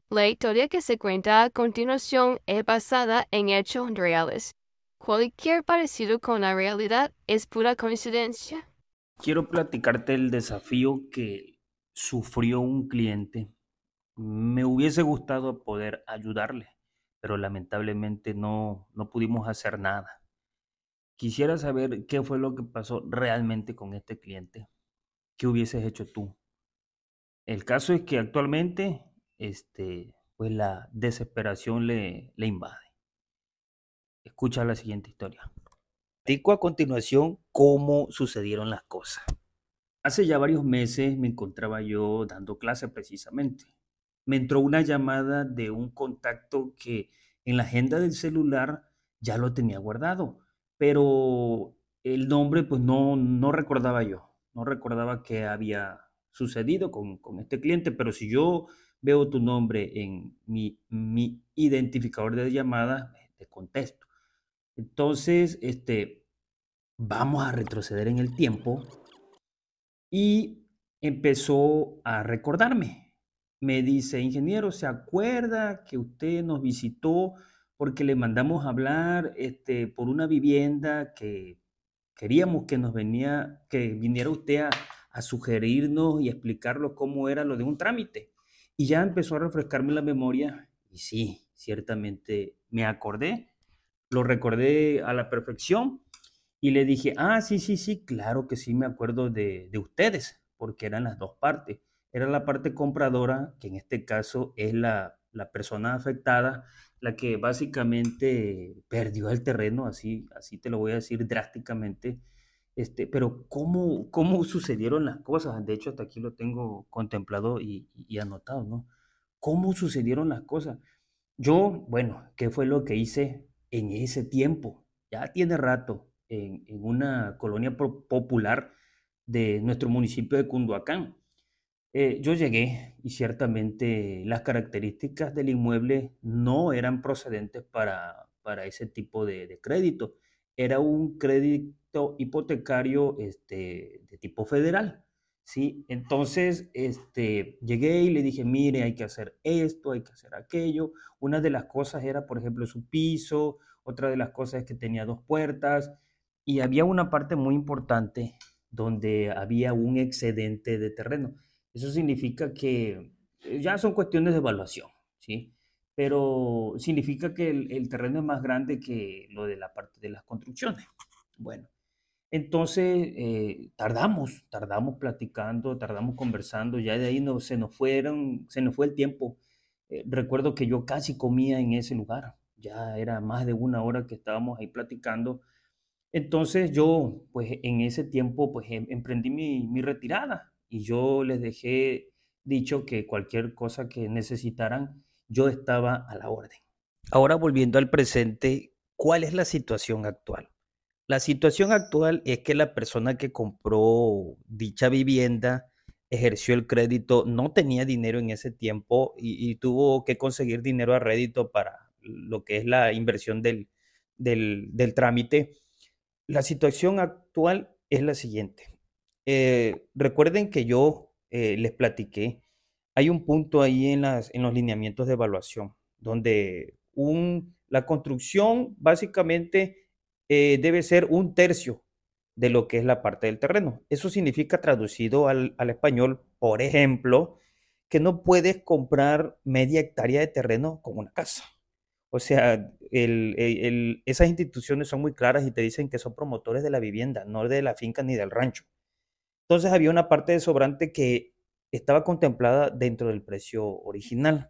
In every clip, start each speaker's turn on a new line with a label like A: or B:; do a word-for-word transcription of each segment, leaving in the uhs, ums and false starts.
A: La historia que se cuenta a continuación es basada en hechos reales. Cualquier parecido con la realidad es pura coincidencia.
B: Quiero platicarte el desafío que sufrió un cliente. Me hubiese gustado poder ayudarle, pero lamentablemente no, no pudimos hacer nada. Quisiera saber qué fue lo que pasó realmente con este cliente. ¿Qué hubieses hecho tú? El caso es que actualmente, este, pues la desesperación le, le invade. Escucha la siguiente historia. Platico a continuación cómo sucedieron las cosas. Hace ya varios meses me encontraba yo dando clase precisamente. Me entró una llamada de un contacto que en la agenda del celular ya lo tenía guardado, pero el nombre pues no, no recordaba yo, no recordaba qué había sucedido con, con este cliente, pero si yo veo tu nombre en mi, mi identificador de llamadas, te contesto. Entonces, este, vamos a retroceder en el tiempo y empezó a recordarme. Me dice, ingeniero, ¿se acuerda que usted nos visitó porque le mandamos a hablar este, por una vivienda que queríamos que nos venía, que viniera usted a, a sugerirnos y explicarnos cómo era lo de un trámite? Y ya empezó a refrescarme la memoria y sí, ciertamente me acordé, lo recordé a la perfección y le dije, ah, sí, sí, sí, claro que sí me acuerdo de, de ustedes, porque eran las dos partes. Era la parte compradora, que en este caso es la, la persona afectada, la que básicamente perdió el terreno, así, así te lo voy a decir drásticamente. Este, pero ¿cómo, cómo sucedieron las cosas? De hecho, hasta aquí lo tengo contemplado y, y anotado, ¿no? ¿Cómo sucedieron las cosas? Yo, bueno, ¿qué fue lo que hice en ese tiempo? Ya tiene rato, en, en una colonia po- popular de nuestro municipio de Cunduacán. Eh, yo llegué y ciertamente las características del inmueble no eran procedentes para, para ese tipo de, de crédito. Era un crédito hipotecario este, de tipo federal, ¿sí? Entonces, este, llegué y le dije, mire, hay que hacer esto, hay que hacer aquello. Una de las cosas era, por ejemplo, su piso, otra de las cosas es que tenía dos puertas y había una parte muy importante donde había un excedente de terreno. Eso significa que eh, ya son cuestiones de evaluación, ¿sí? Pero significa que el, el terreno es más grande que lo de la parte de las construcciones. Bueno, entonces eh, tardamos, tardamos platicando, tardamos conversando, ya de ahí no, se nos fueron, se nos fue el tiempo. Eh, recuerdo que yo casi comía en ese lugar, ya era más de una hora que estábamos ahí platicando. Entonces yo, pues en ese tiempo, pues em- emprendí mi, mi retirada y yo les dejé dicho que cualquier cosa que necesitaran, yo estaba a la orden. Ahora volviendo al presente, ¿cuál es la situación actual? La situación actual es que la persona que compró dicha vivienda ejerció el crédito, no tenía dinero en ese tiempo y, y tuvo que conseguir dinero a rédito para lo que es la inversión del, del, del trámite. La situación actual es la siguiente. Eh, recuerden que yo eh, les platiqué, hay un punto ahí en, las, en los lineamientos de evaluación, donde un, la construcción básicamente eh, debe ser un tercio de lo que es la parte del terreno. Eso significa traducido al, al español, por ejemplo, que no puedes comprar media hectárea de terreno con una casa. O sea, el, el- el- esas instituciones son muy claras y te dicen que son promotores de la vivienda, no de la finca ni del rancho. Entonces había una parte de sobrante que estaba contemplada dentro del precio original.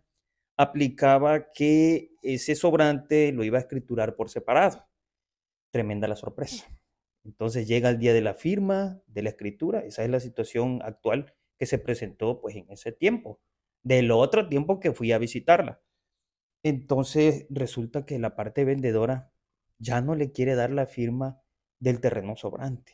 B: Aplicaba que ese sobrante lo iba a escriturar por separado. Tremenda la sorpresa. Entonces llega el día de la firma, de la escritura. Esa es la situación actual que se presentó pues en ese tiempo. Del otro tiempo que fui a visitarla. Entonces resulta que la parte vendedora ya no le quiere dar la firma del terreno sobrante.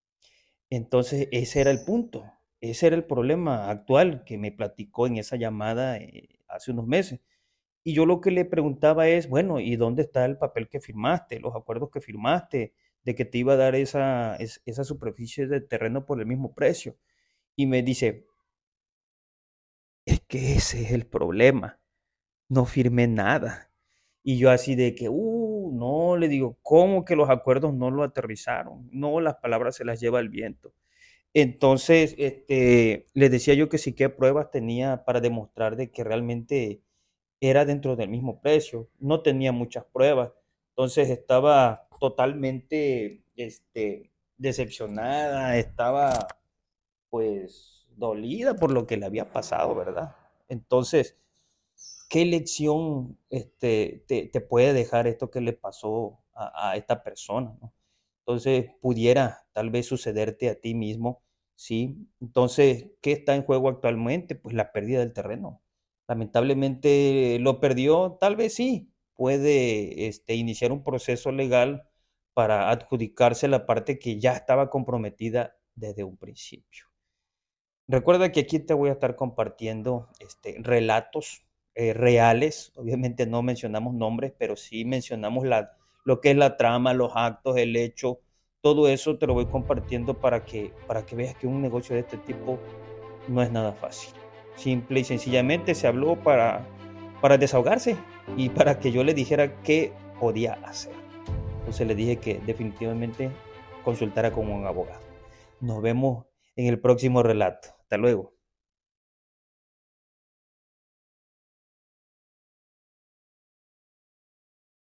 B: Entonces ese era el punto, ese era el problema actual que me platicó en esa llamada eh, hace unos meses. Y yo lo que le preguntaba es, bueno, ¿y dónde está el papel que firmaste, los acuerdos que firmaste, de que te iba a dar esa, es- esa superficie de terreno por el mismo precio? Y me dice, es que ese es el problema. no firmé nada. Y yo así de que, uh, no, le digo, ¿cómo que los acuerdos no lo aterrizaron? No, las palabras se las lleva el viento. Entonces, este, les decía yo que sí, qué pruebas tenía para demostrar de que realmente era dentro del mismo precio. No tenía muchas pruebas. Entonces estaba totalmente, este, decepcionada, estaba pues dolida por lo que le había pasado, ¿verdad? Entonces, ¿qué lección este, te, te puede dejar esto que le pasó a, a esta persona, ¿no? Entonces, pudiera tal vez sucederte a ti mismo, ¿sí? Entonces, ¿qué está en juego actualmente? Pues la pérdida del terreno. Lamentablemente lo perdió, tal vez sí, puede este, iniciar un proceso legal para adjudicarse la parte que ya estaba comprometida desde un principio. Recuerda que aquí te voy a estar compartiendo este, relatos eh, reales. Obviamente no mencionamos nombres, pero sí mencionamos la, lo que es la trama, los actos, el hecho. Todo eso te lo voy compartiendo para que, para que veas que un negocio de este tipo no es nada fácil. Simple y sencillamente se habló para, para desahogarse y para que yo le dijera qué podía hacer. Entonces le dije que definitivamente consultara con un abogado. Nos vemos en el próximo relato. Hasta luego.